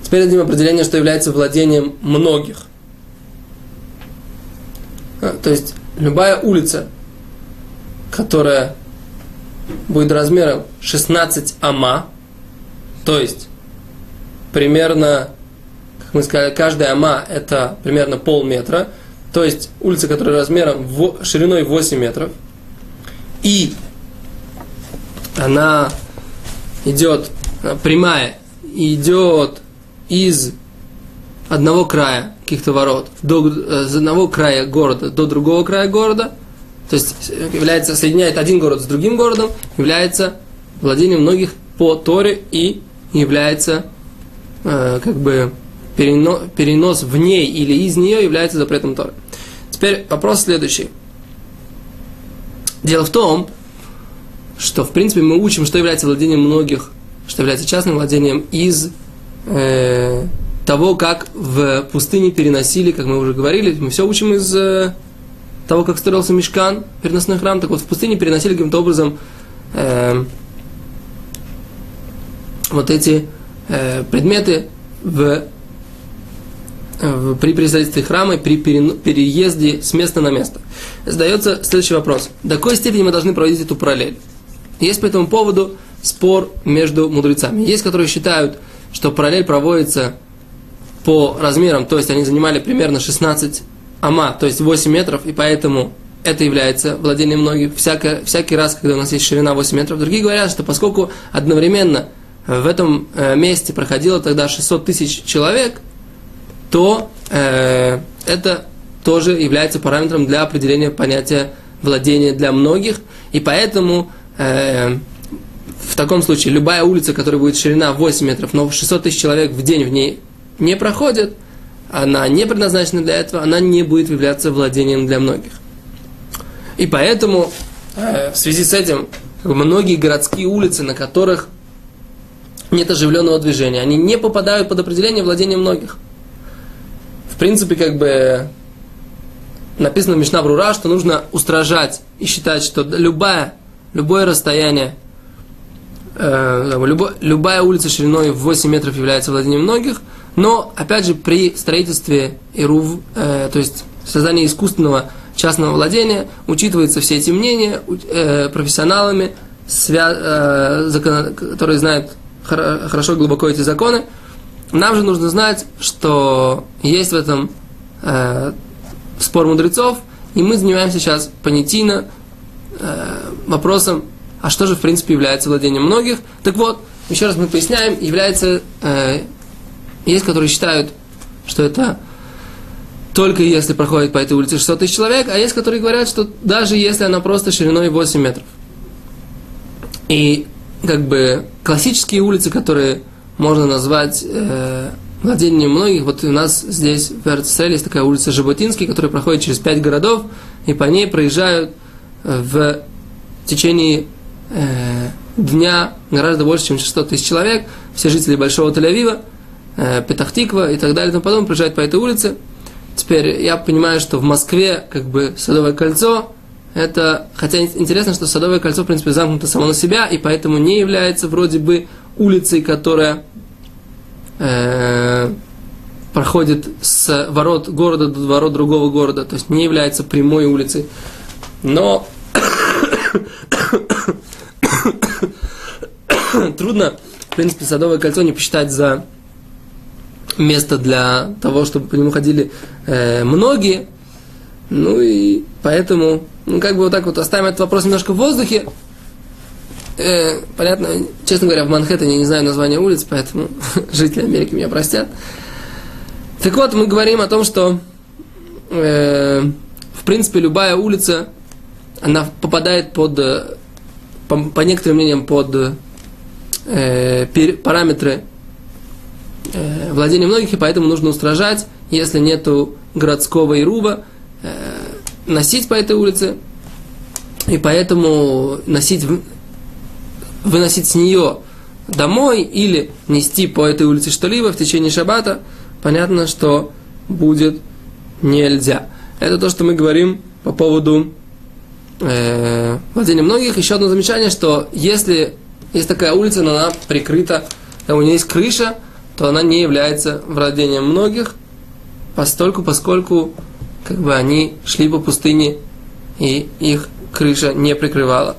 Теперь дадим определение, что является владением многих. То есть любая улица, которая будет размером 16 ама, то есть примерно, как мы сказали, каждая ама это примерно полметра, то есть улица, которая размером шириной 8 метров, и она идет прямая, идет из одного края каких-то ворот, с одного края города до другого края города, то есть соединяет один город с другим городом, является владением многих по Торе и является перенос в ней или из нее является запретом Торы. Теперь вопрос следующий. Дело в том, что в принципе мы учим, что является владением многих, что является частным владением из того, как в пустыне переносили, как мы уже говорили, мы все учим из того, как строился мишкан, переносной храм, так вот в пустыне переносили каким-то образом вот эти предметы при строительстве храма, при переезде с места на место. Задается следующий вопрос. До какой степени мы должны проводить эту параллель? Есть по этому поводу спор между мудрецами. Есть, которые считают, что параллель проводится по размерам, то есть они занимали примерно 16 ама, то есть 8 метров, и поэтому это является владением многих всякий раз, когда у нас есть ширина 8 метров. Другие говорят, что поскольку одновременно в этом месте проходило тогда 600 тысяч человек, то это тоже является параметром для определения понятия владения для многих, и поэтому в таком случае любая улица, которая будет ширина 8 метров, но 600 тысяч человек в день в ней не проходят, она не предназначена для этого, она не будет являться владением для многих. И поэтому в связи с этим многие городские улицы, на которых нет оживленного движения, они не попадают под определение владения многих. В принципе, написано в Мишна Брура, что нужно устражать и считать, что любое расстояние, любая улица шириной в 8 метров является владением многих, но, опять же, при строительстве ирув, то есть создании искусственного частного владения, учитываются все эти мнения профессионалами, которые знают хорошо, глубоко эти законы. Нам же нужно знать, что есть в этом спор мудрецов, и мы занимаемся сейчас понятийно вопросом, а что же в принципе является владением многих. Так вот, еще раз мы поясняем, есть, которые считают, что это только если проходит по этой улице 600 тысяч человек, а есть, которые говорят, что даже если она просто шириной 8 метров. И классические улицы, которые можно назвать владением многих, вот у нас здесь в Эрец-Исраэле есть такая улица Жаботинский, которая проходит через 5 городов, и по ней проезжают в течение дня гораздо больше, чем 600 тысяч человек, все жители Большого Тель-Авива, Петах-Тиква и так далее и тому подобное проезжают по этой улице. Теперь я понимаю, что в Москве Садовое кольцо, это, хотя интересно, что Садовое кольцо в принципе замкнуто само на себя, и поэтому не является вроде бы улицей, которая проходит с ворот города до ворот другого города, то есть не является прямой улицей. Но трудно, в принципе, Садовое кольцо не посчитать за место для того, чтобы по нему ходили многие. Ну и поэтому, вот так вот оставим этот вопрос немножко в воздухе. Понятно, честно говоря, в Манхэттене не знаю названия улиц, поэтому жители Америки меня простят. Так вот, мы говорим о том, что в принципе любая улица, она попадает по некоторым мнениям под параметры владения многих, и поэтому нужно устражать, если нету городского ирува, носить по этой улице, и поэтому выносить с нее домой или нести по этой улице что-либо в течение шаббата, понятно, что будет нельзя. Это то, что мы говорим по поводу владения многих. Еще одно замечание, что если есть такая улица, но она прикрыта, у нее есть крыша, то она не является владением многих, поскольку как бы они шли по пустыне, и их крыша не прикрывала.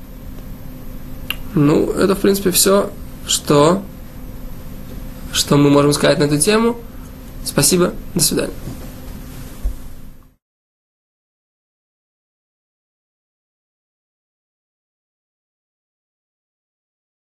Ну, это, в принципе, все, что мы можем сказать на эту тему. Спасибо, до свидания.